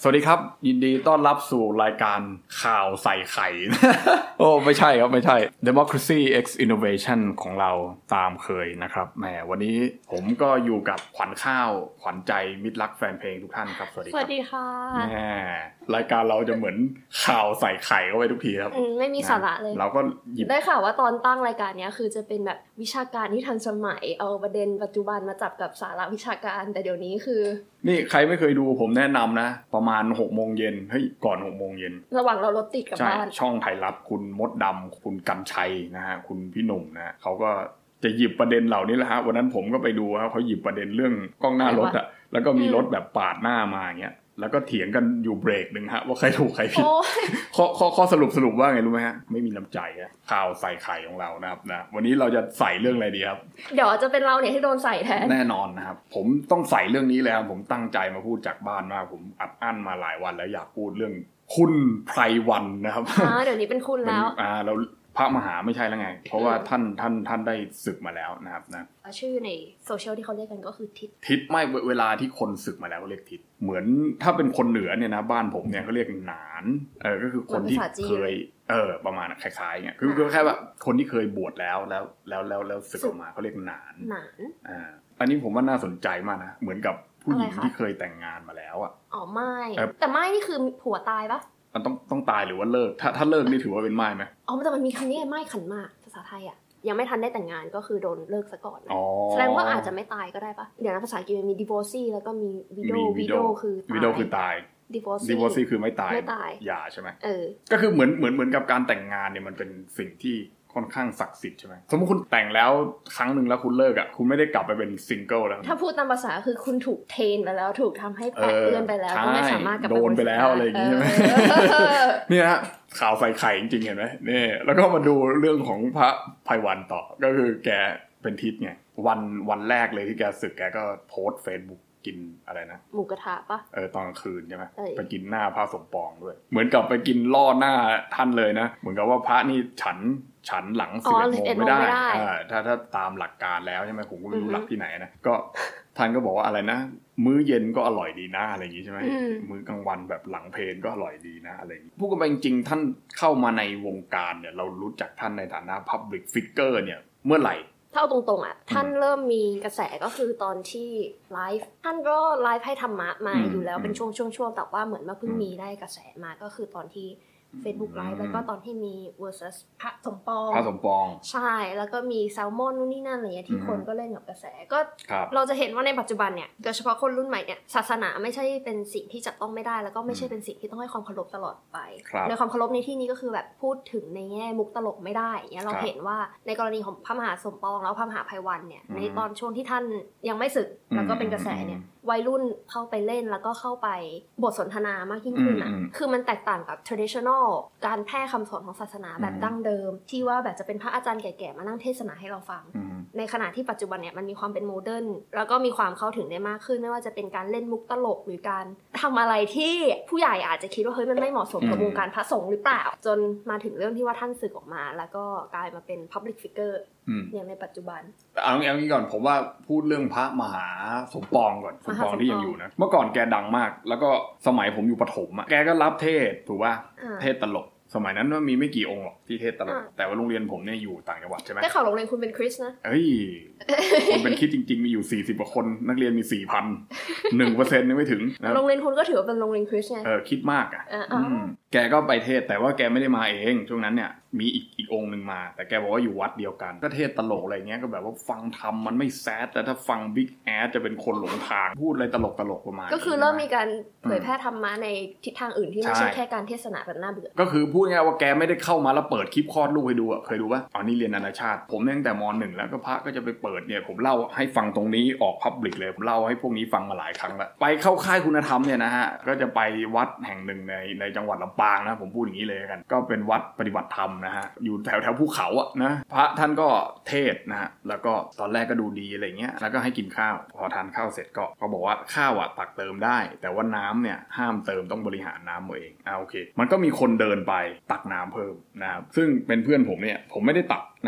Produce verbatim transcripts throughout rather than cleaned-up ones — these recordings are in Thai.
สวัสดีครับยินดีต้อนรับสู่รายการข่าวใส่ไข่ โอ้ไม่ใช่ครับไม่ใช่ Democracy X Innovation ของเราตามเคยนะครับแหมวันนี้ผมก็อยู่กับขวัญข้าวขวัญใจมิตรรักแฟนเพลงทุกท่านครับสวัสดีครับสวัสดีค่ะแหมรายการเราจะเหมือนข่าวใส่ไข่เข้าไปทุกทีครับไม่มีสาระเลยเราก็หยิบได้ข่าวว่าตอนตั้งรายการนี้คือจะเป็นแบบวิชาการที่ทันสมัยเอาประเด็นปัจจุบันมาจับกับสาระวิชาการแต่เดี๋ยวนี้คือนี่ใครไม่เคยดูผมแนะนำนะประมาณหกโมงเย็นเฮ้ยก่อนหกโมงเย็นระหว่างเรารถติดกับบ้านช่องไทยรัฐคุณมดดำคุณกำชัยนะฮะคุณพี่หนุ่มนะเขาก็จะหยิบประเด็นเหล่านี้แหละฮะวันนั้นผมก็ไปดูครับเขาหยิบประเด็นเรื่องกล้องหน้ารถอ่ะแล้วก็มีรถแบบปาดหน้ามาอย่างเงี้ยแล้วก็เถียงกันอยู่เบรกนึงฮะว่าใครถูกใครผิดข้อข้อข้อสรุปสรุปว่าไงรู้ไหมฮะไม่มีน้ำใจฮะข่าวใส่ไข่ของเรานะครับนะวันนี้เราจะใส่เรื่องอะไรดีครับเดี๋ยวจะเป็นเราเนี่ยที่โดนใส่แทนแน่นอนนะครับผมต้องใส่เรื่องนี้เลยครับผมตั้งใจมาพูดจากบ้านมากผมอัดอั้นมาหลายวันแล้วอยากพูดเรื่องคุณไพรวันนะครับอ๋อเดี๋ยวนี้เป็นคุณแล้วอ่าเราพระมหาไม่ใช่แล้วไงเพราะว่าท่านท่านท่านได้ศึกมาแล้วนะครับนะชื่อในโซเชียลที่เขาเรียกกันก็คือทิศทิศไม่เวลาที่คนศึกมาแล้วก็เรียกทิศเหมือนถ้าเป็นคนเหนือเนี่ยนะบ้านผมเนี่ยเขาเรียกหนานเออก็คือคนที่เคยเออประมาณคล้ายๆเงี้ยคือคือแค่ว่าคนที่เคยบวชแล้วแล้วแล้วแล้วแล้วศึกออกมาเขาเรียกหนานหนานอ่าอันนี้ผมว่าน่าสนใจมากนะเหมือนกับผู้หญิงที่เคยแต่งงานมาแล้วอ่ะอ๋อไม่แต่ไม่นี่คือผัวตายปะมันต้องต้องตายหรือว่าเลิกถ้าถ้าเลิกนี่ถือว่าเป็นม่ายไหมอ๋อแต่มันมีคำนี้ม่ายขันหมากภาษาไทยอ่ะยังไม่ทันได้แต่งงานก็คือโดนเลิกซะก่อนแสดงว่าอาจจะไม่ตายก็ได้ปะเดี๋ยวนะภาษาอังกฤษมันมี divorcee แล้วก็มี widow widow คือตาย widow คือตาย divorcee divorcee คือไม่ตายไม่ตายหย่าใช่ไหมเออก็คือเหมือนเหมือนเหมือนกับการแต่งงานเนี่ยมันเป็นสิ่งที่ค่อนข้างศักดิ์สิทธิ์ใช่ไหมสมมติคุณแต่งแล้วครั้งหนึ่งแล้วคุณเลิกอ่ะคุณไม่ได้กลับไปเป็นซิงเกิลแล้วถ้าพูดตามภาษาคือคุณถูกเทรนไปแล้วถูกทำให้แปะเปื้อนไปแล้วก็ไม่สามารถกลับไปโดนไปแล้วอะไรอย่างงี้ใช่ไหมนี่ฮะข่าวใส่ไข่จริงๆเห็นไหมนี่แล้วก็มาดูเรื่องของพระไพวันต่อก็คือแกเป็นทิศไงวันวันแรกเลยที่แกศึกแกก็โพสต์ Facebookกินอะไรนะหมูกระทะปะเออตอนกลางคืนใช่ไหมไปกินหน้าพระสมปองด้วยเหมือนกับไปกินล่อหน้าท่านเลยนะเหมือนกับว่าพระนี่ฉันฉันหลังสิบเอ็ดโมงไม่ได้อ่าถ้าถ้าตามหลักการแล้วใช่ไหมผมก็ไม่รู้หลักที่ไหนนะก็ท่านก็บอกว่าอะไรนะมื้อเย็นก็อร่อยดีนะอะไรอย่างงี้ใช่ไหมมื้อกลางวันแบบหลังเพลนก็อร่อยดีนะอะไรอย่างงี้พูดกันไปจริงๆท่านเข้ามาในวงการเนี่ยเรารู้จักท่านในฐานะ Public Figure เนี่ยเมื่อไหร่ถ้าเอาตรงๆอ่ะท่านเริ่มมีกระแสก็คือตอนที่ไลฟ์ท่านก็ไลฟ์ให้ธรรมะมาอยู่แล้วเป็นช่วงๆๆแต่ว่าเหมือนมาเพิ่งมีได้กระแสมาก็คือตอนที่Facebook Live แล้วก็ตอนที่มี versus พระสมปองพระสมปองใช่แล้วก็มีแซลมอนนู่นนี่นั่นอะไรอย่างเงี้ยที่คนก็เล่นกับกระแสก็เราจะเห็นว่าในปัจจุบันเนี่ยโดยเฉพาะคนรุ่นใหม่เนี่ยศาสนาไม่ใช่เป็นสิ่งที่จับต้องไม่ได้แล้วก็ไม่ใช่เป็นสิ่งที่ต้องให้ความเคารพตลอดไปในความเคารพในที่นี้ก็คือแบบพูดถึงในแง่มุกตลกไม่ได้อย่างเงี้ยเราเห็นว่าในกรณีของพระมหาสมปองแล้วพระมหาไพวันเนี่ยในตอนช่วงที่ท่านยังไม่สึกแล้วก็เป็นกระแสเนี่ยวัยรุ่นเข้าไปเล่นแล้วก็เข้าไปบทสนทนามากยิ่งขึ้นอ่ะคือมันแตกต่างกับ traditional การแพร่คำสอนของศาสนาแบบดั้งเดิมที่ว่าแบบจะเป็นพระอาจารย์แก่ๆมานั่งเทศนาให้เราฟังในขณะที่ปัจจุบันเนี่ยมันมีความเป็นโมเดิร์นแล้วก็มีความเข้าถึงได้มากขึ้นไม่ว่าจะเป็นการเล่นมุกตลกหรือการทำอะไรที่ผู้ใหญ่อาจจะคิดว่าเฮ้ยมันไม่เหมาะสมกับวงการพระสงฆ์หรือเปล่าจนมาถึงเรื่องที่ว่าท่านสึกออกมาแล้วก็กลายมาเป็น public figure อย่างในปัจจุบันเอาอย่างนี้ก่อนผมว่าพูดเรื่องพระมหาสมปองก่อนสมปองที่ยังอยู่นะเมื่อก่อนแกดังมากแล้วก็สมัยผมอยู่ประถมอ่ะแกก็รับเทศถูกป่ะเทศตลกสมัยนั้นมันมีไม่กี่องค์หรอกที่เทศตลกแต่ว่าโรงเรียนผมเนี่ยอยู่ต่างจังหวัดใช่ไหมได้ข่าวโรงเรียนคุณเป็นคริสนะเอ้ยคนเป็นคริสจริงๆมีอยู่สี่สิบกว่าคนนักเรียนมี สี่พัน หนึ่งเปอร์เซ็นต์ ยังไม่ถึงโรงเรียนคุณก็ถือว่าเป็นโรงเรียนคริสไงเออคิดมากอ่ะแกก็ไปเทศแต่ว่าแกไม่ได้มาเองช่วงนั้นเนี่ยมีอีกอีกองค์นึงมาแต่แกบอกว่าอยู่วัดเดียวกันก็เทศตลกอะไรเงี้ยก็แบบว่าฟังธรรมมันไม่แซดแต่ถ้าฟังบิ๊กแอดจะเป็นคนหลงทางพูดอะไรตลกตลกประมาณก็คือเริ่มมีการเผยแพร่ธรรมะในทิศทางอื่นที่ไม่ใช่แค่การเทศนาแบบน่าเบื่อก็คือพูดง่ายว่าแกไม่ได้เข้ามาแล้วเปิดคลิปคลอดลูกให้ดูอ่ะเคยดูป่ะอ๋อนี่เรียนนานาชาติผมตั้งแต่ม.หนึ่งแล้วก็พระก็จะไปเปิดเนี่ยผมเล่าให้ฟังตรงนี้ออกพับลิกเลยผมเล่าให้พวกนี้ฟังมาหลายครั้งแล้วไปเข้าค่ายคุณธรรมเนี่ยนะฮะก็จะไปวัดแห่งหนึ่งในในจังหวัดลำปางนะผมพูดอย่างนี้เลยกันก็เป็นวัดปฏิบัติธรรมนะฮะอยู่แถวแถวภูเขาอ่ะนะพระท่านก็เทศนะฮะแล้วก็ตอนแรกก็ดูดีอะไรเงี้ยแล้วก็ให้กินข้าวพอทานข้าวเสร็จก็เขาบอกว่าข้าวอ่ะตักเติมได้แต่ว่าน้ำเนี่ยห้ามเติมต้องบริหารน้ำเองอ่าโอเคมันก็มีคนเดินไปตักน้ำเพิ่มนะครับซึ่งเป็นเพื่อนผมเนี่ยผมไม่ได้ตักนะครับ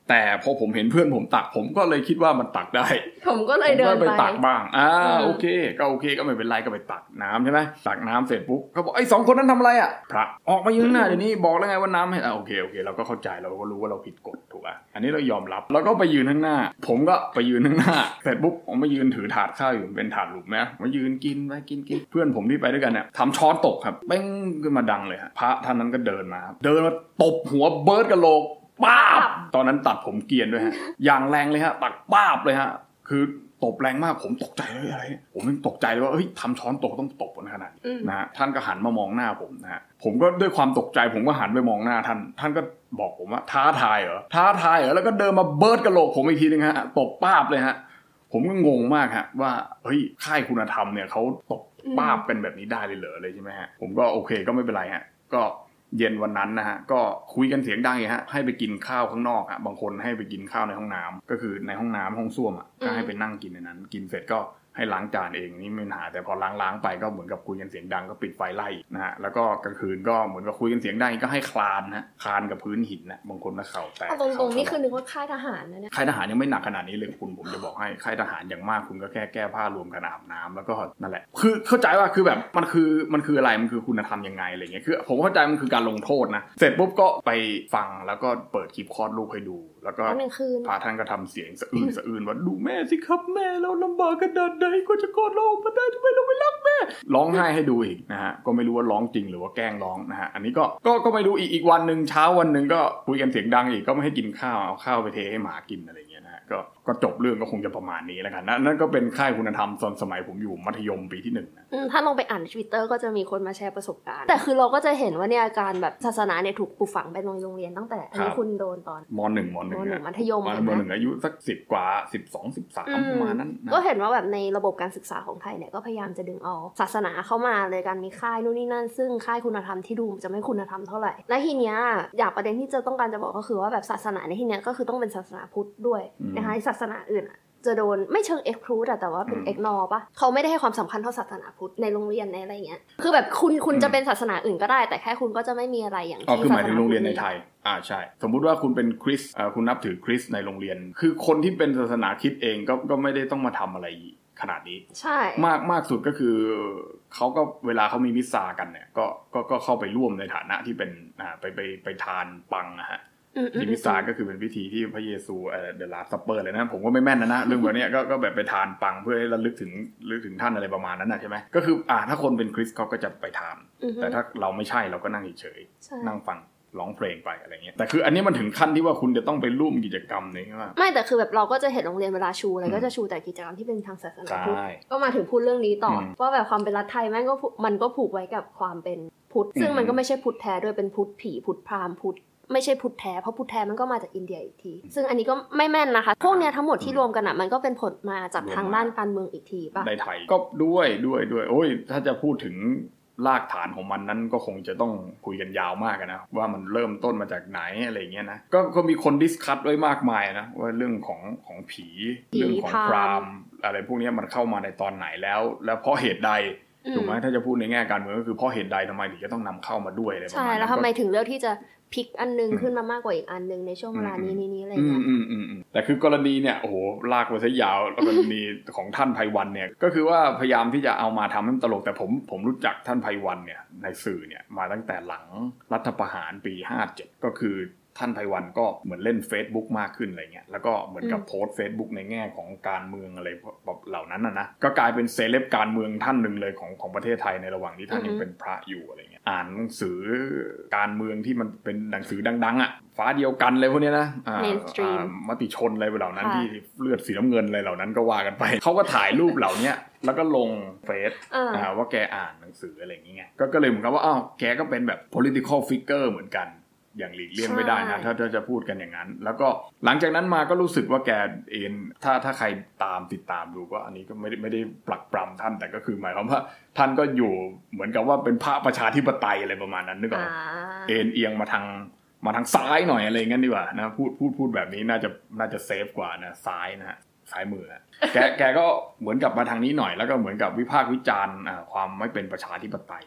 แต่พอผมเห็นเพื่อนผมตักผมก็เลยคิดว่ามันตักได้ผมก็เลยเดินไปตักบ้างอ่าโอเคก็โอเคก็ไม่เป็นไรก็ไปตักน้ำใช่ไหมตักน้ำเสร็จปุ๊บเขาบอกไอ้สองคนนั้นทำอะไรอ่ะพระออกมายืนหน้าเดี๋ยวนี้บอกแล้วไงว่าน้ำให้อ่าโอเคโอเคเราก็เข้าใจเราก็รู้ว่าเราผิดกฎถูกป่ะอันนี้เรายอมรับแล้วก็ไปยืนข้างหน้าผมก็ไปยืนข้างหน้าเสร็จปุ๊บผมมายืนถือถาดข้าวอยู่เป็นถาดหลุมนะมายืนกินไปกินกินเพื่อนผมที่ไปด้วยกันเนี่ยทำช้อนตกครับเป้งขึ้นมาดังเลยฮะพระท่านนั้นก็เดินมาเดินมาตบหัวเบิร์ดกะโหลกป้าบตอนนั้นตัดผมเกรียนด้วยฮะอย่างแรงเลยฮะตักป้าบเลยฮะคือตบแรงมากผมตกใจเลยอะไรผมยังตกใจเลยว่าเฮ้ยทำช้อนตกต้องตบขนาดนี้นะฮะท่านก็หันมามองหน้าผมนะฮะผมก็ด้วยความตกใจผมก็หันไปมองหน้าท่านท่านก็บอกผมว่าท้าทายเหรอท้าทายเหรอแล้วก็เดินมาเบิร์ดกะโหลกผมอีกทีนึงฮะตบป้าบเลยฮะผมก็งงมากฮะว่าเฮ้ยค่ายคุณธรรมเนี่ยเขาตบป้าบเป็นแบบนี้ได้เลยเหรอเลยใช่ไหมฮะผมก็โอเคก็ไม่เป็นไรฮะก็เย็นวันนั้นนะฮะก็คุยกันเสียงดังอย่างฮะให้ไปกินข้าวข้างนอกอ่ะบางคนให้ไปกินข้าวในห้องน้ำก็คือในห้องน้ำห้องส้วมอ่ะก็ให้ไปนั่งกินในนั้นกินเสร็จก็ให้ล้างจานเองนี่ไม่มีปัญหาแต่พอล้างๆไปก็เหมือนกับคุยกันเสียงดังก็ปิดไฟไล่นะฮะแล้วก็กลางคืนก็เหมือนกับคุยกันเสียงดังก็ให้คลานนะคลานกับพื้นหินนะบางคนก็เข่าแตกตรงๆนี่คือนึกว่าค่ายทหารนะเนี่ยค่ายทหารยังไม่หนักขนาดนี้เลยคุณผมจะบอกให้ค่ายทหารอย่างมากคุณก็แค่แก้ผ้ารวมกันอาบน้ำแล้วก็นั่นแหละคือเข้าใจว่าคือแบบมันคือมันคืออะไรมันคือคุณธรรมยังไงอะไรเงี้ยคือผมเข้าใจมันคือการลงโทษนะเสร็จปุ๊บก็ไปฟังแล้วก็เปิดคลิปคลอดลูกให้ดูแล้วก็พระท่านก็ทำเสียงสะอื้นสะอื้นว่าดูแม่สิครับแม่เราลำบากขนาดไหนก็จะคลอดเราออกมาได้ทำไมเราไม่รักแม่ร้องไห้ให้ดูอีกนะฮะก็ไม่รู้ว่าร้องจริงหรือว่าแกล้งร้องนะฮะอันนี้ก็ก็ก็ไม่รู้อีกอีกวันนึงเช้าวันนึงก็คุยกันเสียงดังอีกก็ไม่ให้กินข้าวเอาข้าวไปเทให้หมากินอะไรอย่างเงี้ยนะก็ก็จบเรื่องก็คงจะประมาณนี้แล้วกันนั่นก็เป็นค่ายคุณธรรมตอนสมัยผมอยู่มัธยมปีที่หนึ่งนะถ้าลองไปอ่าน Twitter ก็จะมีคนมาแชร์ประสบการณ์แต่คือเราก็จะเห็นว่าเนี่ยการแบบศาสนาเนี่ยถูกปลูกฝังไปในโรงเรียนตั้งแต่อันนี้คุณโดนตอนม.หนึ่ง ม.หนึ่งม.หนึ่งมัธยมม.หนึ่งอายุสักสิบกว่าสิบสอง สิบสามประมาณนั้นก็เห็นว่าแบบในระบบการศึกษาของไทยเนี่ยก็พยายามจะดึงเอาศาสนาเข้ามาเลยการมีค่ายนู่นนี่นั่นซึ่งค่ายคุณธรรมที่ดูจะไม่คุณธรรมเท่าไหร่และทีเนี้ยอยากประเด็นที่จะต้องการจะบอกก็คือว่าแบบศาสนาในที่เนี้ยก็คือต้องเป็นศาสนาพุทธด้วยนะคะศาสนาอื่นจะโดนไม่เชิง exclude แต่ว่าเป็น ignore ป่ะเขาไม่ได้ให้ความสำคัญเท่าศาสนาพุทธในโรงเรียนในอะไรเงี้ยคือแบบคุณคุณจะเป็นศาสนาอื่นก็ได้แต่แค่คุณก็จะไม่มีอะไรอย่างที่ศาสนาคือหมายถึงโรงเรียนในไทยอ่าใช่สมมุติว่าคุณเป็นคริสต์อ่าคุณนับถือคริสต์ในโรงเรียนคือคนที่เป็นศาสนาคริสต์เองก็ก็ไม่ได้ต้องมาทำอะไรขนาดนี้ใช่มากมากสุดก็คือเขาก็เวลาเขามีมิสซากันเนี่ยก็ก็ก็เข้าไปร่วมในฐานะที่เป็นอ่าไปไปไปทานปังนะฮะที่มิสซาก็คือเป็นพิธีที่พระเยซูเอ่อ The Last Supper เลยนะผมก็ไม่แม่นนะนะเรื่องแบบนี้ก็ก็แบบไปทานปังเพื่อให้ระลึกถึงระลึกถึงท่านอะไรประมาณนั้นนะใช่ไหมก็คืออ่าถ้าคนเป็นคริสต์เขาก็จะไปทานแต่ถ้าเราไม่ใช่เราก็นั่งเฉยๆนั่งฟังร้องเพลงไปอะไรเงี้ยแต่คืออันนี้มันถึงขั้นที่ว่าคุณจะต้องไปร่วมกิจกรรมเลยใช่ไหมไม่แต่คือแบบเราก็จะเห็นโรงเรียนเวลาชูอะไรก็จะชูแต่กิจกรรมที่เป็นทางศาสนาพุทธก็มาถึงพูดเรื่องนี้ต่อว่าแบบความเป็นรัฐไทยแม่งก็มันก็ผูกไว้กับความเป็นพุทธซึ่งมันก็ไม่ใช่พุทธแท้ด้วยเป็นพุทธผีพุทธพราหมณ์พุทธไม่ใช่พุทธแท้เพราะพุทธแท้มันก็มาจากอินเดียอีกทีซึ่งอันนี้ก็ไม่แม่นนะคะพวกเนี้ยทั้งหมดที่รวมกันอ่ะมันก็เป็นผลมาจากทางด้านการเมืองอีกทีป่ะในไทยก็ด้วยด้วยด้วยโอ้ยถ้าจะพูดถึงรากฐานของมันนั้นก็คงจะต้องคุยกันยาวมากนะว่ามันเริ่มต้นมาจากไหนอะไรเงี้ยนะก็ก็มีคนดิสคัสไว้มากมายนะว่าเรื่องของของผีเรื่องของพราหมณ์อะไรพวกนี้มันเข้ามาในตอนไหนแล้วแล้วเพราะเหตุใดถูกไหมถ้าจะพูดในแง่การเมืองก็คือเพราะเหตุใดทำไมถึงจะต้องนำเข้ามาด้วยอะไรประมาณนั้นใช่แล้วทำไมถึงเลือกที่จะพลิกอันนึงขึ้นมามากกว่าอีกอันนึงในช่วงเวลานี้นี้อะไรเงี้ยแต่คือกรณีเนี่ยโอ้โหลากไปซะยาวกรณีของท่านไพวันเนี่ยก็คือว่าพยายามที่จะเอามาทำให้มันตลกแต่ผมผมรู้จักท่านไพวันเนี่ยในสื่อเนี่ยมาตั้งแต่หลังรัฐประหารปีห้าเจ็ดก็คือท่านไพวันก็เหมือนเล่น Facebook มากขึ้นอะไรเงี้ยแล้วก็เหมือนกับโพสต์ Facebook ในแง่ของการเมืองอะไรแบบเหล่านั้นนะนะก็กลายเป็นเซเลบการเมืองท่านนึงเลยของของประเทศไทยในระหว่างที่ท่านยังเป็นพระอยู่อะไรเงี้ยอ่านหนังสือการเมืองที่มันเป็นหนังสือดังๆอ่ะฟ้าเดียวกันเลยพวกนี้นะอ่ามติชนอะไรเหล่านั้นที่เลือดสีน้ำเงินอะไรเหล่านั้นก็ว่ากันไปเขาก็ถ่ายรูปเหล่านี้แล้วก็ลงเฟซว่าแกอ่านหนังสืออะไรอย่างเงี้ยก็ก็เลยเหมือนกับว่าอ้าวแกก็เป็นแบบ political figure เหมือนกันอย่างหลีกเลี่ยงไม่ได้นะถ้าจะพูดกันอย่างนั้นแล้วก็หลังจากนั้นมาก็รู้สึกว่าแกเองถ้าถ้าใครตามติดตามดูก็อันนี้ก็ไม่ได้ไม่ได้ปลักปรำท่านแต่ก็คือหมายความว่าท่านก็อยู่เหมือนกับว่าเป็นพระประชาธิปไตยอะไรประมาณนั้นนึกออกเอ็นเอียงมาทางมาทางซ้ายหน่อยอะไรงั้นดีกว่านะพูดพูดพูดแบบนี้น่าจะน่าจะเซฟกว่านะซ้ายนะฮะซ้ายมือแกแกก็เหมือนกับมาทางนี้หน่อยแล้วก็เหมือนกับวิพากษ์วิจารณ์ความไม่เป็นประชาธิปไตยอะไรประมาณ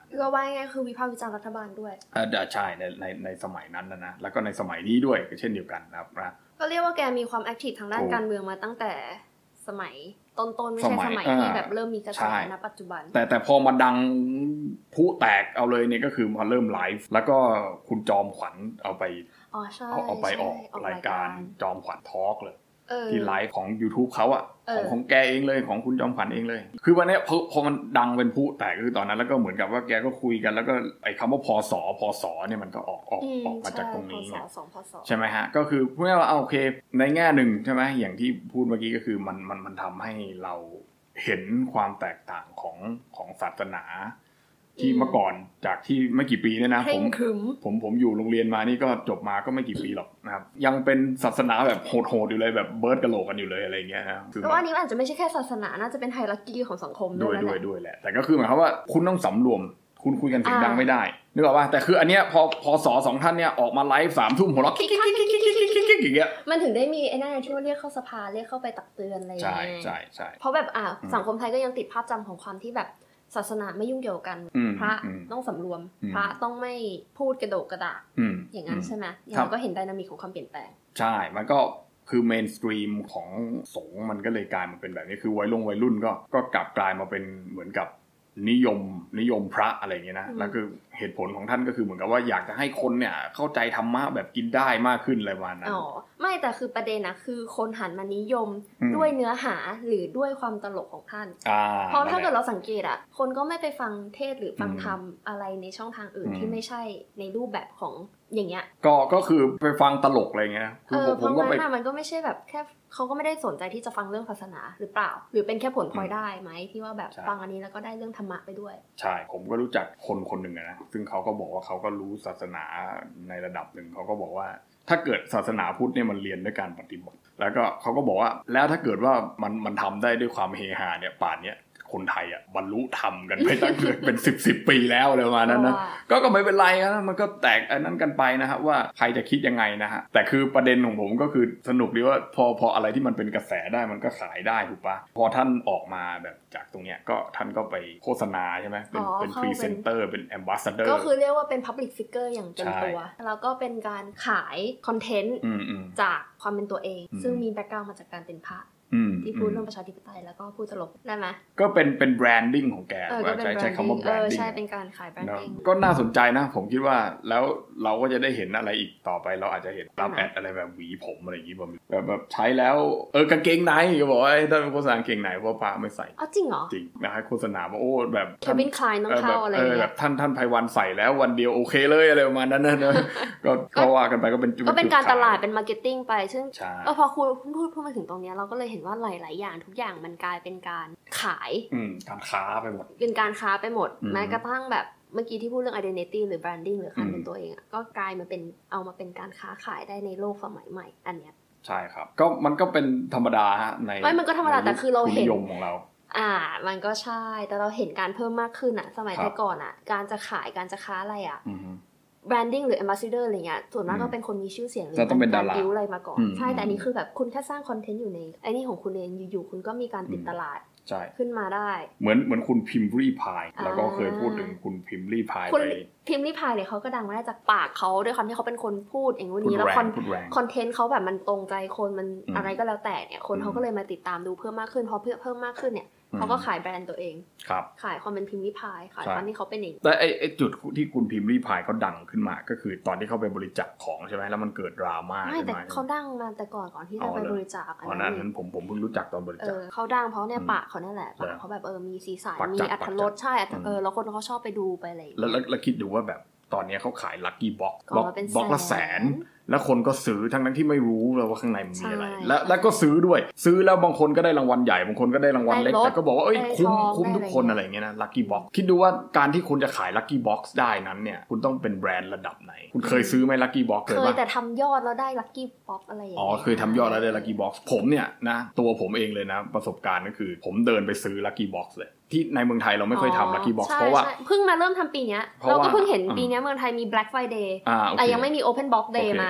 ก็ว่าง่ายคือวิพากษ์วิจารณ์รัฐบาลด้วยเออใช่ในในในสมัยนั้นนะนะแล้วก็ในสมัยนี้ด้วยก็เช่นเดียวกันนะครับนะก็เรียกว่าแกมีความแอคทีฟทางด้านการเมืองมาตั้งแต่สมัยต้นๆไม่ใช่สมัยที่แบบเริ่มมีกระแสณปัจจุบันแต่แต่พอมาดังผู้แตกเอาเลยเนี่ยก็คือพอเริ่มไลฟ์แล้วก็คุณจอมขวัญเอาไปเอาเอาไปออกรายการจอมขวัญทอล์กเลยที่ไลฟ์ของ YouTube เขาอ่ะของของแกเองเลยของคุณจอมขวัญเองเลยคือวันนี้พอพอมันดังเป็นผู้แตกคือตอนนั้นแล้วก็เหมือนกับว่าแกก็คุยกันแล้วก็ไอ้คำว่าพศพศเนี่ยมันก็ออกออกออกมาจากตรงนี้ไงใช่ไหมฮะก็คือพูดง่ายๆว่าโอเคในแง่หนึ่งใช่ไหมอย่างที่พูดเมื่อกี้ก็คือมันมันมันทำให้เราเห็นความแตกต่างของของศาสนาที่เมื่อก่อนจากที่ไม่กี่ปีเนี่ยนะผมผมผมอยู่โรงเรียนมานี่ก็จบมาก็ไม่กี่ปีหรอกนะครับยังเป็นศาสนาแบบโหดๆอยู่เลยแบบเบิร์ดกะโหลกกันอยู่เลยอะไรเงี้ยนะคือว่าอันนี้อาจจะไม่ใช่แค่ศาสนาน่าจะเป็นไฮรักกี้ของสังคมด้วยด้วยด้วยแหละแต่ก็คือหมายความว่าคุณต้องสำรวมคุณคุยกันเสียงดังไม่ได้นึกออกป่ะแต่คืออันเนี้ยพอพอสอสองท่านเนี่ยออกมาไลฟ์สามทุ่มหัวเราะอย่างเงี้ยมันถึงได้มีไอ้นั่นที่ว่าเรียกเข้าสภาเรียกเข้าไปตักเตือนอะไรอย่างเงี้ยใช่ใช่เพราะแบบอ่ะสังคมไทยก็ยังติดภาพจำของความที่แบบศาสนาไม่ยุ่งเกี่ยวกันพระต้องสำรวมพระต้องไม่พูดกระโดกกระดากอย่างนั้นใช่ไหมเราก็เห็นไดนามิกของความเปลี่ยนแปลงใช่มันก็คือเมนสตรีมของสงฆ์มันก็เลยกลายมาเป็นแบบนี้คือวัยรุ่นวัยรุ่นก็ก็กลับกลายมาเป็นเหมือนกับนิยมนิยมพระอะไรอย่างเงี้ยนะแล้วคือเหตุผลของท่านก็คือเหมือนกับว่าอยากจะให้คนเนี่ยเข้าใจธรรมะแบบกินได้มากขึ้นอะไรประมาณนั้นอ๋อไม่แต่คือประเด็นนะคือคนหันมานิยมด้วยเนื้อหาหรือด้วยความตลกของท่านเพราะถ้าเกิดเราสังเกตอ่ะคนก็ไม่ไปฟังเทศหรือฟังธรรมอะไรในช่องทางอื่นที่ไม่ใช่ในรูปแบบของอย่างเงี้ยก็ก็คือไปฟังตลกอะไรเงี้ยคือผมก็ไปมันก็ไม่ใช่แบบแค่เขาก็ไม่ได้สนใจที่จะฟังเรื่องศาสนาหรือเปล่าหรือเป็นแค่ผลพลอยได้ไหมที่ว่าแบบฟังอันนี้แล้วก็ได้เรื่องธรรมะไปด้วยใช่ผมก็รู้จักคนคนหนึ่งนะซึ่งเขาก็บอกว่าเขาก็รู้ศาสนาในระดับหนึ่งเขาก็บอกว่าถ้าเกิดศาสนาพุทธเนี่ยมันเรียนด้วยการปฏิบัติแล้วก็เขาก็บอกว่าแล้วถ้าเกิดว่ามันมันทำได้ด้วยความเฮฮาเนี่ยป่านเนี้ยคนไทยอ่ะบรรลุธรรมกันไปตั้งเป็นสิบสิบปีแล้วเลยประมาณนั้นนะก็ก็ไม่เป็นไรนะมันก็แตกอันนั้นกันไปนะครับว่าใครจะคิดยังไงนะฮะแต่คือประเด็นของผมก็คือสนุกดีว่าพอพออะไรที่มันเป็นกระแสได้มันก็ขายได้ถูกปะพอท่านออกมาแบบจากตรงเนี้ยก็ท่านก็ไปโฆษณาใช่ไหมเป็นเป็นพรีเซนเตอร์เป็นแอมบาสซัดเดอร์ก็คือเรียกว่าเป็น Public Figure อย่างเต็มตัวแล้วก็เป็นการขายคอนเทนต์จากความเป็นตัวเองซึ่งมีแบ็คกราวด์มาจากการเป็นพระที่พูดเรื่องประชาธิปไตยแล้วก็พูดตลกได้ไหมก็เป็นเป็นแบรนดิ้งของแกว่าใช้ใช้คำว่าแบรนดิ้งใช่เป็นการขายแบรนดิ้งก็น่าสนใจนะผมคิดว่าแล้วเราก็จะได้เห็นอะไรอีกต่อไปเราอาจจะเห็นรับแอดอะไรแบบหวีผมอะไรอย่างงี้แบบแบบใช้แล้วเออกางเกงในก็บอกว่าถ้าโฆษณากางเกงในเพราะพระไม่ใส่อ๋อจริงเหรอจริงนะให้โฆษณาว่าโอ้แบบเควินคลายต้องเข้าอะไรอย่างเงี้ยแบบท่านท่านไพวันใส่แล้ววันเดียวโอเคเลยอะไรประมาณนั้นนะก็ก็ว่ากันไปก็เป็นก็เป็นการตลาดเป็นมาร์เก็ตติ้งไปซึ่งเออพอคุณพูดพูดมาถึงตรงนี้เราก็เลยเห็นว่าหลายๆอย่างทุกอย่างมันกลายเป็นการขายอืมการค้าไปหมดเป็นการค้าไปหมดแม้กระทั่งแบบเมื่อกี้ที่พูดเรื่อง identity หรือ branding หรือความเป็นตัวเองอ่ะก็กลายมาเป็นเอามาเป็นการค้าขายได้ในโลกสมัยใหม่อันเนี้ยใช่ครับก็มันก็เป็นธรรมดาฮะในไม่มันก็ธรรมดาแต่คือเราเห็นนิยมของเราอ่ามันก็ใช่แต่เราเห็นการเพิ่มมากขึ้นอ่ะสมัยแต่ก่อนอ่ะการจะขายการจะค้าอะไรอ่ะbranding หรือ ambassador อะไรเงี้ยส่วนมากก็เป็นคนมีชื่อเสียงหรือการดิวอะไรมาก่อนใช่แต่อันนี้คือแบบคุณแค่สร้างคอนเทนต์อยู่ในไอ้นี่ของคุณเองอยู่ๆคุณก็มีการติดตลาดขึ้นมาได้เหมือนเหมือนคุณพิมพ์รีพายเราก็เคยพูดถึงคุณพิมพ์รีพายไปพิมพ์รีพายเนี่ยเขาก็ดังมาได้จากปากเขาด้วยความที่เขาเป็นคนพูดเองวันนี้แล้วคอนเทนต์เขาแบบมันตรงใจคนมันอะไรก็แล้วแต่เนี่ยคนเขาก็เลยมาติดตามดูเพิ่มมากขึ้นพอเพิ่มเพิ่มมากขึ้นเนี่ยเขาก็ขายแบรนด์ตัวเองขายความเป็นพิมพ์รีพายขายความที่เขาเป็นเองแต่ไอ้ไอ้จุดที่คุณพิมพ์รีพายเขาดังขึ้นมาก็คือตอนที่เขาไปบริจาคของใช่ไหมแล้วมันเกิดดราม่าไม่แต่เขาดังมาแต่ก่อนก่อนที่จะไปบริจาคอันนั้นผมผมเพิ่งรู้จักตอนบริจาคเขาดังเพราะเนี่ยปากเขาเนี่ยแหละปากเขาแบบเออมีสีสันมีอรรถรสใช่เออแล้วคนเขาชอบไปดูไปอะไรแล้วแล้วคิดดูว่าแบบตอนนี้เขาขายลัคกี้บ็อกซ์บ็อกซ์ละแสนแล้วคนก็ซื้อทั้งนั้นที่ไม่รู้เลยว่าข้างในมันมีอะไรแล้วแล้วก็ซื้อด้วยซื้อแล้วบางคนก็ได้รางวัลใหญ่บางคนก็ได้รางวัลเล็กแต่ก็บอกว่าเอ้ยคุ้มคุ้มทุกคนอะไรอย่างเงี้ยนะลัคกี้บ็อกซ์คิดดูว่าการที่คุณจะขายลัคกี้บ็อกซ์ได้นั้นเนี่ยคุณต้องเป็นแบรนด์ระดับไหนคุณเคยซื้อไหมลัคกี้บ็อกซ์เคยป่ะเคยแต่ทำยอดแล้วได้ลัคกี้บ็อกซ์อะไรอย่างเงี้ยอ๋อเคยทำยอดแล้วได้ลัคกี้บ็อกซ์ผมเนี่ยนะตัวผมเองเลยนะประสบการณ์ก็คือผมเดินไปซื้อลัคกี้บ็อกซ์เลยที่ในเมืองไทยเราไม่เคยทำลัคกี้บ็อกซ์เพราะว่าเพิ่งมาเริ่มทำปีนี้เราก็เพิ่งเห็นปีนี้เมืองไทยมี Black Friday แต่ยังไม่มี Open Box Day มา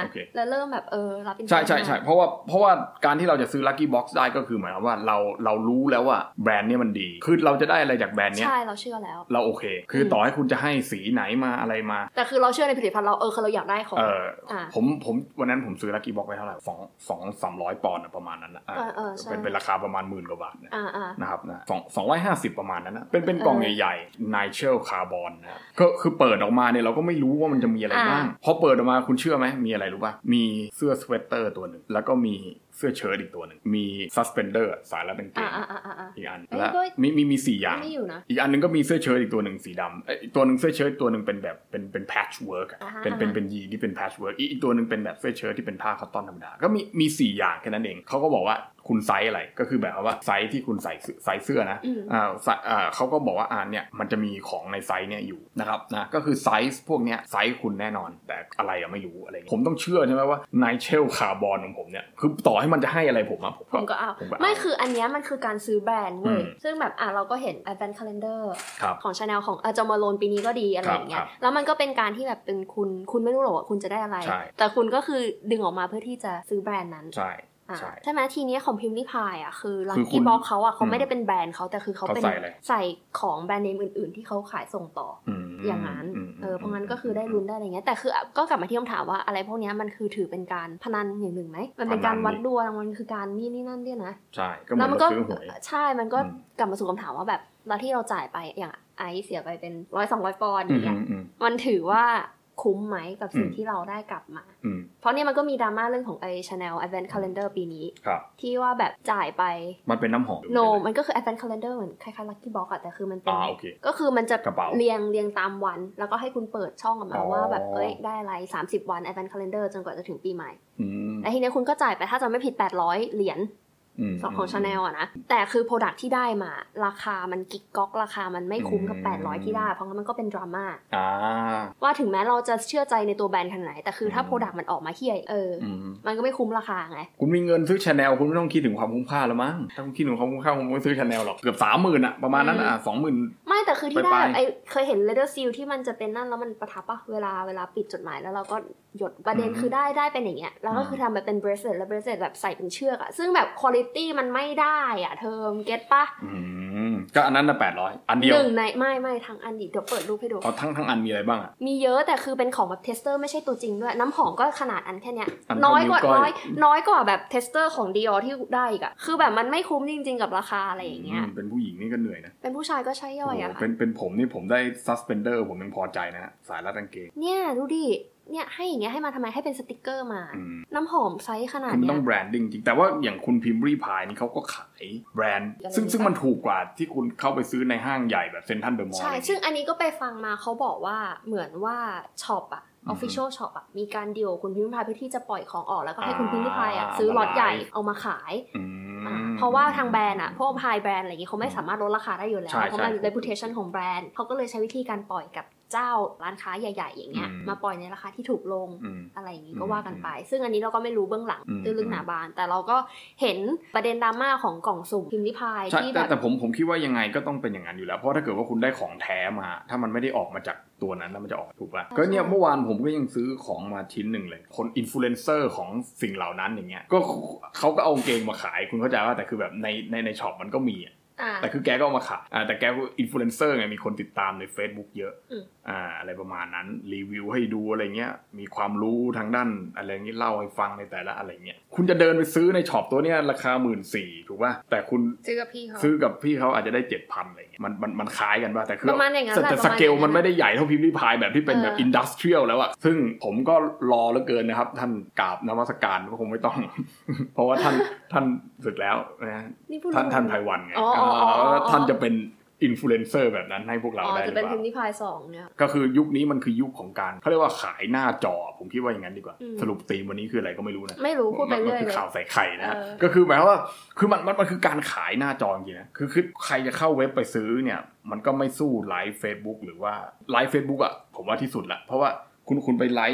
แล้วเริ่มแบบเออรับอินใช่ใช่ใช่เพราะว่าเพราะว่าการที่เราจะซื้อ Lucky Box ได้ก็คือหมายความว่าเราเรารู้แล้วว่าแบรนด์นี้มันดีคือเราจะได้อะไรจากแบรนด์นี้ใช่เราเชื่อแล้วเราโอเคคือต่อให้คุณจะให้สีไหนมาอะไรมาแต่คือเราเชื่อในผลิตภัณฑ์เราเออคือเราอยากได้ของเออผมผมวันนั้นผมซื้อ Lucky Box ไปเท่าไหร่สอง สอง สามร้อยปอนด์ประมาณนั้นนะเป็นเป็นราคาประมาณหมื่นกว่าบาทนะครับนะสอง สองร้อยห้าสิบประมาณนั้นนะเป็นเป็นกล่องใหญ่ๆ Nigel Carbon นะก็คือเปิดออกมาเนี่ยเราก็ไม่รู้ว่ามันจะมีอะไรบ้างพอเปิดออกมาคุณเชื่อไหมมีอะไรรู้ป่ะมีเสื้อสเวตเตอร์ตัวหนึ่งแล้วก็มีเสื้อเชิ้ตอีกตัวหนึ่งมีซัสเพนเดอร์สายรัดกางเกงอีกอันแล้วมีมีมีสี่อย่างอีกอันนึงก็มีเสื้อเชิ้ตอีกตัวหนึ่งสีดำอีกตัวหนึ่งเสื้อเชิ้ตตัวหนึ่งเป็นแบบเป็นเป็นแพทช์เวิร์กเป็นเป็นเป็นยีนที่เป็นแพทช์เวิร์กอีกตัวหนึ่งเป็นแบบเสื้อเชิ้ตที่เป็นผ้าคอตตอนธรรมดาก็มีมีสี่อย่างแค่นั้นเองเขาก็บอกว่าคุณไซส์อะไรก็คือแบบว่าไซส์ที่คุณใส่ใส่เสื้อนะอ่าอ่าเขาก็บอกว่าอ่าเนี่ยมันจะมีของในไซส์เนี่ยอยู่นะครับนะก็คือไซส์พวกเนี้ยไซส์คุณแน่นอนแต่อะไรอะไม่รู้อะไรผมต้องเชื่อใช่ไหมว่า Nigel Carbon ของผมเนี่ยคือต่อให้มันจะให้อะไรผมอะผมผมก็เอาไม่คืออันเนี้ยมันคือการซื้อแบรนด์เว้ยซึ่งแบบอ่ะเราก็เห็น Advent Calendar ของ Chanel ของอาจอมาโลนปีนี้ก็ดีอะไรอย่างเงี้ยแล้วมันก็เป็นการที่แบบเป็นคุณคุณไม่รู้หรอกว่าคุณจะได้อะไรแต่คุณก็คือดึงออกมาเพื่อที่จะซื้อแบรนด์นั้นใช่ใช่ใช่ไหมทีนี้ของพิมพ์ริพายอ่ะคือ Lucky Box เขาอ่ะเขาไม่ได้เป็นแบรนด์เขาแต่คือเขาเป็นใส่ของแบรนด์เนมอื่นๆที่เขาขายส่งต่ออย่างนั้นเออเพราะงั้นก็คือได้ลุ้นได้อะไรเงี้ยแต่คือก็กลับมาที่คำถามว่าอะไรพวกนี้มันคือถือเป็นการพนันอย่างหนึ่งไหมมันเป็นการวัดดวงมันคือการนี่นี่นั่นด้วยนะใช่ก็มันก็ซื้อหวยใช่มันก็กลับมาสู่คำถามว่าแบบแล้วที่เราจ่ายไปอย่างไอซ์เสียไปเป็นร้อยสองร้อยปอนด์อย่างเงี้ยมันถือว่าคุ้มไหมกับสิ่งที่เราได้กลับมาเพราะนี่มันก็มีดราม่าเรื่องของไอ้ Chanel Advent Calendar ปีนี้ที่ว่าแบบจ่ายไปมันเป็นน้ำหอม no มันก็คือ Advent Calendar เหมือนคล้ายๆ Lucky Box อะแต่คือมันเป็นก็คือมันจะเรียงเรียงตามวันแล้วก็ให้คุณเปิดช่องออกมาว่าแบบเอ้ยได้อะไรสามสิบวัน Advent Calendar จนกว่าจะถึงปีใหม่แล้วทีนี้คุณก็จ่ายไปถ้าจะไม่ผิดแปดร้อยเหรียญสองของ Chanel อ่ะนะแต่คือ product ที่ได้มาราคามันกิ๊กก๊อกราคามันไม่คุ้มกับแปดร้อยที่ได้เพราะงั้นมันก็เป็นดราม่าว่าถึงแม้เราจะเชื่อใจในตัวแบรนด์ขนาดไหนแต่คือถ้า product มันออกมาเหี้ยเออมันก็ไม่คุ้มราคาไงคุณมีเงินซื้อ Chanel คุณไม่ต้องคิดถึงความคุ้มค่าแล้วมั้งถ้าคุณคิดถึงความคุ้มค่าคุณไม่ซื้อ Chanel หรอกเกือบ สามหมื่น อ่ะประมาณนั้นอ่ะ สองหมื่นไม่แต่คือที่ได้แบบไอ้เคยเห็น leather seal ที่มันจะเป็นนั่นแล้วมันประทับป่ะเวลาเวลาปิดจดหมายแล้วเราก็หยดประเด็นคือได้ได้เป็นอย่างเงี้ยแล้วก็คือทำแบบเป็น bracelet แล้ว bracelet แบบใส่เป็นเชือกอ่ะซึ่งแบบ quality มันไม่ได้อ่ะเธอเก็ตป่ะอืมก็อันนั้นน่ะแปดร้อยอันเดียวหนึ่งในไม่ไม่ทั้งอันดิเดี๋ยวเปิดรูปให้ดูอ๋อทั้งทั้งอันมีอะไรบ้างอ่ะมีเยอะแต่คือเป็นของแบบเทสเตอร์ไม่ใช่ตัวจริงด้วยน้ำหอมก็ขนาดอันแค่เนี้ยน้อยกว่าน้อยน้อยกว่าแบบเทสเตอร์ของ Dior ที่ได้อีกอ่ะคือแบบมันไม่คุ้มจริงๆกับราคาอะไรอย่างเงี้ยเป็นผู้หญิงนี่ก็เหนื่อยนะเป็นผู้ชายก็ใช้ย่อยอ่ะเป็นเป็นผมนี่ผมได้ suspender ผมยังพอใจนะฮะสายรัดกางเกงเนี่ยดูดิเนี่ยให้อย่างเงี้ยให้มาทำไมให้เป็นสติกเกอร์มาน้ำหอมไซส์ขนาดเนี้ยมันต้องแบรนดิ้งจริงแต่ว่าอย่างคุณพิมพ์รีพายนี่เขาก็ขายแบรนด์ซึ่งซึ่งมันถูกกว่าที่คุณเข้าไปซื้อในห้างใหญ่แบบเซ็นทรัลเดอะมอลล์ใช่ซึ่งอันนี้ก็ไปฟังมาเขาบอกว่าเหมือนว่าช็อปอะofficial shop อ่ะมีการดีลคุณพิมพ์ริพายเพื่อที่จะปล่อยของออกแล้วก็ให้คุณพิมพ์ริพายอ่ะซื้อล็อตใหญ่เอามาขายเพราะว่าทางแบรนด์อ่ะพวกพายแบรนด์อะไรอย่างงี้เขาไม่สามารถลดราคาได้อยู่แล้วเพราะมัน reputation ของแบรนด์เขาก็เลยใช้วิธีการปล่อยกับเจ้าร้านค้าใหญ่ๆอย่างเงี้ยมาปล่อยในราคาที่ถูกลงอะไรอย่างงี้ก็ว่ากันไปซึ่งอันนี้เราก็ไม่รู้เบื้องหลังตื้นลึกหนาบานแต่เราก็เห็นประเด็นดราม่าของกล่องสุ่มพิมพ์ริพายที่แบบแต่ผมผมคิดว่ายังไงก็ต้องเป็นอย่างนั้นอยู่แล้วเพราะถ้าเกิดว่าคุณได้ของแท้มาถ้ามันไม่ได้ออกมาจากตัวนั้นแล้วมันจะออกถูกป่ะก็เนี่ยเมื่อวานผมก็ยังซื้อของมาชิ้นหนึ่งเลยคนอินฟลูเอนเซอร์ของสิ่งเหล่านั้นอย่างเงี้ยก็เขาก็เอาเกงมาขายคุณเข้าใจว่าแต่คือแบบในในในช็อปมันก็มีแต่คือแกก็เอามาขายแต่แกก็อินฟลูเอนเซอร์ไงมีคนติดตามใน Facebook เยอะอ่าอะไรประมาณนั้นรีวิวให้ดูอะไรเงี้ยมีความรู้ทางด้านอะไรเงี้ยเล่าให้ฟังในแต่ละอะไรเงี้ยคุณจะเดินไปซื้อในช็อปตัวเนี้ยราคา หนึ่งหมื่นสี่พัน ถูกป่ะแต่คุณซื้อกับพี่เขาซื้อกับพี่เขาอาจจะได้ เจ็ดพัน อะไรเงี้ยมันมันมันคล้ายกันป่ะแต่คือแต่สเกลมันไม่ได้ใหญ่เท่าพิมพ์ริพายแบบที่เป็นแบบอินดัสเทรียลแล้วอ่ะซึ่งผมก็รอเหลือเกินนะครับท่านกราบนมัสการก็คงไม่ต้องเพราะว่าท่านท่านสึกแล้วนะท่านท่านไพวันไงท่านจะเป็นอินฟลูเอนเซอร์แบบนั้นให้พวกเราได้หรือเปล่าจะเป็นพิมพ์ริพายสองเนี่ยก็คือยุคนี้มันคือยุคของการเขาเรียกว่าขายหน้าจอผมคิดว่าอย่างนั้นดีกว่าสรุปธีมวันนี้คืออะไรก็ไม่รู้นะไม่รู้พูดไปเรื่อยเลยข่าวใส่ไข่นะก็คือหมายว่าคือมันมันคือการขายหน้าจอจริงๆนะคือคือใครจะเข้าเว็บไปซื้อเนี่ยมันก็ไม่สู้ไลฟ์ Facebook หรือว่าไลฟ์ Facebook อ่ะผมว่าที่สุดละเพราะว่าคุณคุณไปไลฟ์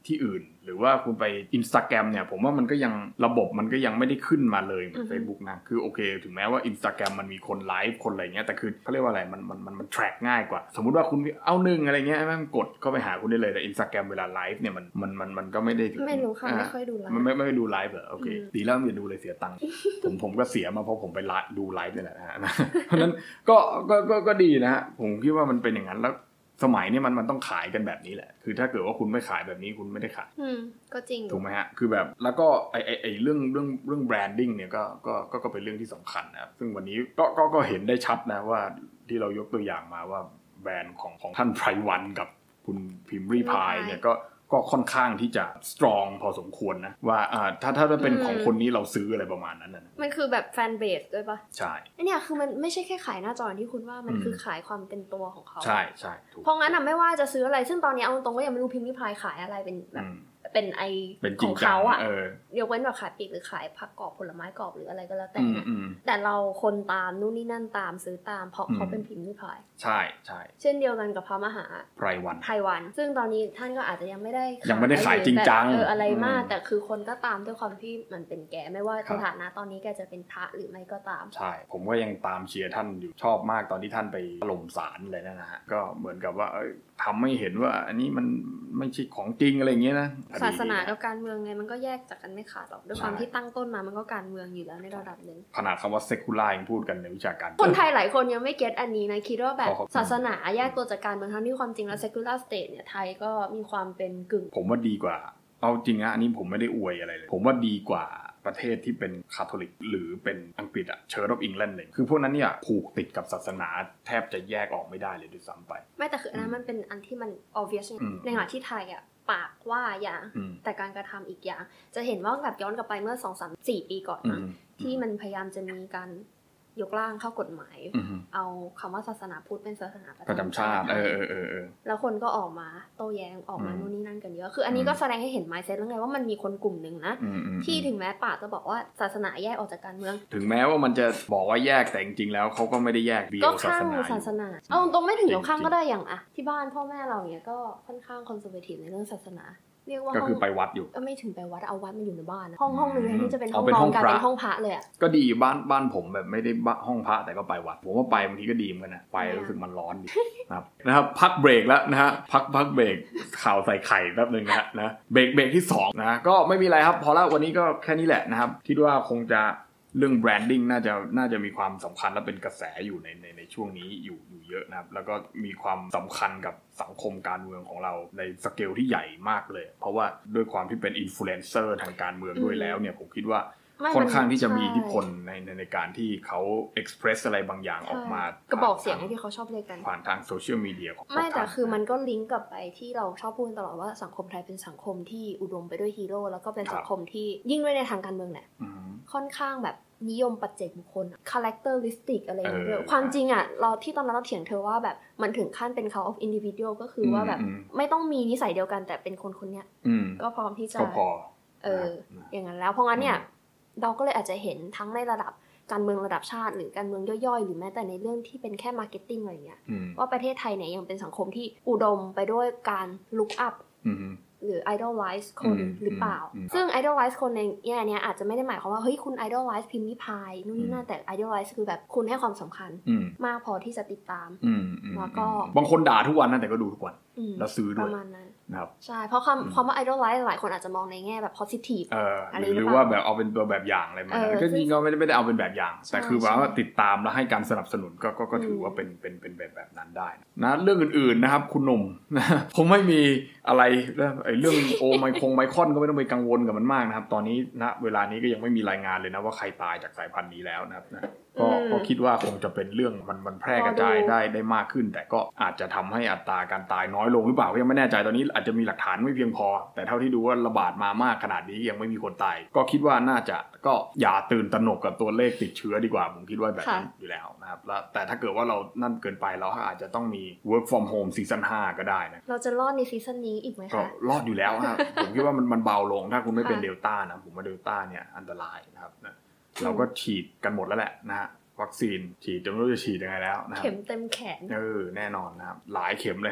ที่อื่นหรือว่าคุณไป Instagram เนี่ยผมว่ามันก็ยังระบบมันก็ยังไม่ได้ขึ้นมาเลยเหมือน Facebook นะคือโอเคถึงแม้ว่า Instagram มันมีคนไลฟ์คนอะไรเงี้ยแต่คือเขาเรียกว่าอะไรมันมันมันมันแทร็กง่ายกว่าสมมุติว่าคุณเอาหนึ่งอะไรเงี้ยมันกดเข้าไปหาคุณได้เลยแต่ Instagram เวลาไลฟ์เนี่ยมันมันมันมันก็ไม่ได้ไม่รู้ค่ะไม่ค่อยดูไลฟ์มันไม่ไม่ดูไลฟ์เหรอโอเคดีแล้วอย่าดูเลยเสียตังค์ผมผมก็เสียมาเพราะผมไปดูไลฟ์นี่แหละนะฮะเพราะนั้นก็ก็ก็ก็ดีนะฮะผมคิดว่ามันเป็นอย่างนั้นแล้วสมัยนี้มันมันต้องขายกันแบบนี้แหละคือถ้าเกิดว่าคุณไม่ขายแบบนี้คุณไม่ได้ขายอืมก็จริงถูกไหมฮะคือแบบแล้วก็ไอไอไอเรื่องเรื่องเรื่องแบรนดิ้งเนี่ยก็ก็ก็ก็เป็นเรื่องที่สำคัญนะครับซึ่งวันนี้ก็ก็ก็เห็นได้ชัดนะว่าที่เรายกตัวอย่างมาว่าแบรนด์ของของท่านไพรวันกับคุณพิมพ์รีพายเนี่ยก็ก็ค่อนข้างที่จะสตรองพอสมควรนะว่าอ่าถ้าถ้าเป็นของคนนี้เราซื้ออะไรประมาณนั้นนะมันคือแบบแฟนเบสด้วยปะใช่ไอเนี่ยคือมันไม่ใช่แค่ขายหน้าจอที่คุณว่ามันคือขายความเป็นตัวของเขาใช่ใช่ถูกเพราะงั้นอ่ะไม่ว่าจะซื้ออะไรซึ่งตอนนี้เอาตรงก็ยังไม่รู้พิมพ์ริพายขายอะไรเป็นแบบเป็นไอของเขาอ่ะยกเว้นแบบขายปีกหรือขายผักกรอบผลไม้กรอบหรืออะไรก็แล้วแต่นะแต่เราคนตามนู่นนี่นั่นตามซื้อตามเพราะเขาเป็นพิมพ์ริพายใช่ใช่เช่นเดียวกันกับพระมหาไพรวันไพรวันซึ่งตอนนี้ท่านก็อาจจะยังไม่ได้ยังไม่ได้ขายจริงจังเอออะไรมากแต่คือคนก็ตามด้วยความที่มันเป็นแกไม่ว่าสถานะตอนนี้แกจะเป็นพระหรือไม่ก็ตามใช่ผมก็ยังตามเชียร์ท่านอยู่ชอบมากตอนที่ท่านไปถล่มศาลอะไรนั่นนะฮะก็เหมือนกับว่าทำให้เห็นว่าอันนี้มันไม่ใช่ของจริงอะไรอย่างเงี้ยนะศาสนากับการเมืองไงมันก็แยกจากกันไม่ขาดหรอกด้วยความที่ตั้งต้นมามันก็การเมืองอยู่แล้วในระดับนึงขนาดคำว่าเซคูล่ายังพูดกันในวิชาการคนไทยหลายคนยังไม่เก็ตอันนี้นะคิดว่าแบบศาสนาแยกตัวจากการเมืองทั้งที่ความจริงแล้วเซคูล่าสเตทเนี่ยไทยก็มีความเป็นกึ่งผมว่าดีกว่าเอาจริงนะอันนี้ผมไม่ได้อวยอะไรเลยผมว่าดีกว่าประเทศที่เป็นคาทอลิกหรือเป็นอังกฤษอะเชิร์ชออฟอิงแลนด์เลยคือพวกนั้นเนี่ยผูกติดกับศาสนาแทบจะแยกออกไม่ได้เลยด้วยซ้ำไปไม่แต่คืออันนั้นมันเป็นอันที่มัน obvious ในขณะที่ไทยอะปากว่าอย่างแต่การกระทำอีกอย่างจะเห็นว่าแบบย้อนกลับไปเมื่อ สอง สาม สี่ ปีก่อนนะที่มันพยายามจะมีการยกร่างเข้ากฎหมายเอาคำว่าศาสนาพุทธเป็นศาสนาประจำชาติเออเออเออแล้วคนก็ออกมาโต้แย้งออกมานู่นนี่นั่นกันเยอะคืออันนี้ก็แสดงให้เห็น mindset แล้วไงว่ามันมีคนกลุ่มนึงนะที่ถึงแม้ปากจะบอกว่าศาสนาแยกออกจากการเมืองถึงแม้ว่ามันจะบอกว่าแยกแต่จริงๆแล้วเขาก็ไม่ได้แยกเดียวศาสนาศาสนาเอาตรงไม่ถึงกับข้างก็ได้อย่างอะที่บ้านพ่อแม่เราเนี่ยก็ค่อนข้างคอนเซอร์เวทีฟในเรื่องศาสนาเรียกว่าก็คือไปวัดอยู่ก็ไม่ถึงไปวัดเอาวัดมาอยู่ในบ้านนะห้องห้องนึงที่จะเป็นห้องนอนกันเป็นห้องพระเลยอ่ะก็ดีบ้านบ้านผมแบบไม่ได้ห้องพระแต่ก็ไปวัดผมว่าไปบางทีก็ดีเหมือนกันนะไปรู้สึกมันร้อนดีนะครับนะครับพักเบรกแล้วนะฮะพักพักเบรกข่าวใส่ไข่แป๊บนึงนะนะเบรกเบรกที่สองนะก็ไม่มีอะไรครับพอแล้ววันนี้ก็แค่นี้แหละนะครับคิดว่าคงจะเรื่องแบรนดิ้งน่าจะน่าจะมีความสำคัญและเป็นกระแสอยู่ในในในช่วงนี้อยู่อยู่เยอะนะครับแล้วก็มีความสำคัญกับสังคมการเมืองของเราในสเกลที่ใหญ่มากเลยเพราะว่าด้วยความที่เป็นอินฟลูเอนเซอร์ทางการเมืองด้วยแล้วเนี่ยผมคิดว่าค่อนข้างที่จะมีอิทธิพลในในในการที่เขาเอ็กซ์เพรสอะไรบางอย่างออกมากระบอกเสียงที่เขาชอบเรียกกันผ่านทางโซเชียลมีเดียของไม่แต่คือมันก็ลิงก์กลับไปที่เราชอบพูดตลอดว่าสังคมไทยเป็นสังคมที่อุดมไปด้วยฮีโร่แล้วก็เป็นสังคมที่ยิ่งด้วยในทางการเมืองแหละค่อนข้างแบบนิยมปัจเจกบุคคล characteristic อะไรอย่างเงี้ยความจริงอ่ะเราที่ตอนนั้นเราเถียงเธอว่าแบบมันถึงขั้นเป็น cult of individual ก็คือว่าแบบไม่ต้องมีนิสัยเดียวกันแต่เป็นคนคนเนี้ยก็พร้อมที่จะเอออย่างนั้นแล้วเพราะงั้นเนี่ยเราก็เลยอาจจะเห็นทั้งในระดับการเมืองระดับชาติหรือการเมืองย่อยๆหรือแม้แต่ในเรื่องที่เป็นแค่ marketing อะไรเงี้ยว่าประเทศไทยเนี่ยยังเป็นสังคมที่อุดมไปด้วยการ look upหรือ idolize คนหรือเปล่าซึ่ง idolize คนในแง่นี้อาจจะไม่ได้หมายความว่าเฮ้ยคุณ idolize พิมพ์ริพายนู่นนี่นั่นแต่ idolize คือแบบคุณให้ความสำคัญมากพอที่จะติดตามแล้วก็บางคนด่าทุกวันนะแต่ก็ดูทุกวันแล้วซื้อด้วยประมาณนั้นนะครับใช่เพราะคำความว่า idolize หลายคนอาจจะมองในแง่แบบ positive อะไรหรือว่าแบบเอาเป็นตัวแบบอย่างอะไรมาก็จริงก็ไม่ได้ไม่ได้เอาเป็นแบบอย่างแต่คือว่าติดตามแล้วให้การสนับสนุนก็ก็ก็ถือว่าเป็นเป็นเป็นแบบแบบนั้นได้นะเรื่องอื่นๆนะครับคุณหนุ่มผมไม่มีอะไรไอ้เรื่องโอไมคงไมคอนก็ไม่ต้องไปกังวลกับมันมากนะครับตอนนี้ณเวลานี้ก็ยังไม่มีรายงานเลยนะว่าใครตายจากสายพันธุ์นี้แล้วนะครับนะก็ก็คิดว่าคงจะเป็นเรื่องมันมันแพร่กระจายได้ได้มากขึ้นแต่ก็อาจจะทำให้อัตราการตายน้อยลงหรือเปล่าก็ยังไม่แน่ใจตอนนี้อาจจะมีหลักฐานไม่เพียงพอแต่เท่าที่ดูว่าระบาดมามากขนาดนี้ยังไม่มีคนตายก็คิดว่าน่าจะก็อย่าตื่นตระหนกกับตัวเลขติดเชื้อดีกว่าผมคิดว่าแบบนี้อยู่แล้วนะครับแล้วแต่ถ้าเกิดว่าเรานั่นเกินไปเราอาจจะต้องมี work from home ซีซั่นห้าก็ได้นะเราจะรอดในซีซั่นนี้อีกไหมคะก็รอดอยู่แล้วครับผมคิดว่ามันมันเบาลงถ้าคุณไม่เป็นเดลต้านะผมว่าเดลต้าเนี่ยอันตรายนะครับเราก็ฉีดกันหมดแล้วแหละนะฮะวัคซีนฉีดจนไม่รู้จะฉีดยังไงแล้วนะครับเข็มเต็มแขนเออแน่นอนนะครับหลายเข็มเลยฮะ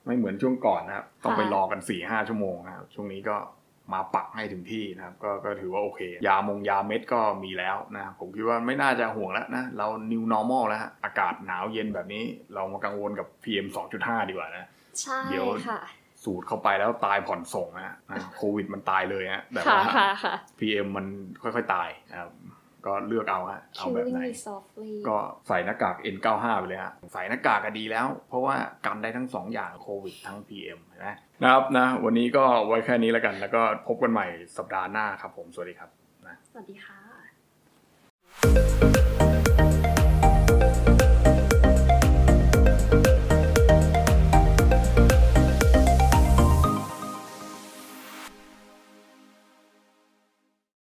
ไม่เหมือนช่วงก่อนนะครับต้องไปรอกัน สี่ถึงห้า ชั่วโมงนะครับช่วงนี้ก็มาปักให้ถึงที่นะครับก็ก็ถือว่าโอเคยามงยาเม็ดก็มีแล้วนะผมคิดว่าไม่น่าจะห่วงแล้วนะเรา new normal แล้วฮะอากาศหนาวเย็นแบบนี้เรามากังวลกับ พี เอ็ม สองจุดห้า ดีกว่านะใช่เดี๋ยวสูดเข้าไปแล้วตายผ่อนส่งนะโควิดมันตายเลยฮะแต่ว่า พี เอ็ม มันค่อยๆตายนะครับก็เลือกเอาฮะเอาแบบไหนก็ใส่หน้ากาก เอ็น เก้าสิบห้า ไปเลยฮะใส่หน้ากากก็ดีแล้วเพราะว่ากันได้ทั้งสองอย่างโควิดทั้ง พี เอ็ม นะนะครับนะวันนี้ก็ไว้แค่นี้แล้วกันแล้วก็พบกันใหม่สัปดาห์หน้าครับผมสวัสดีครับนะสวัสดีค่ะ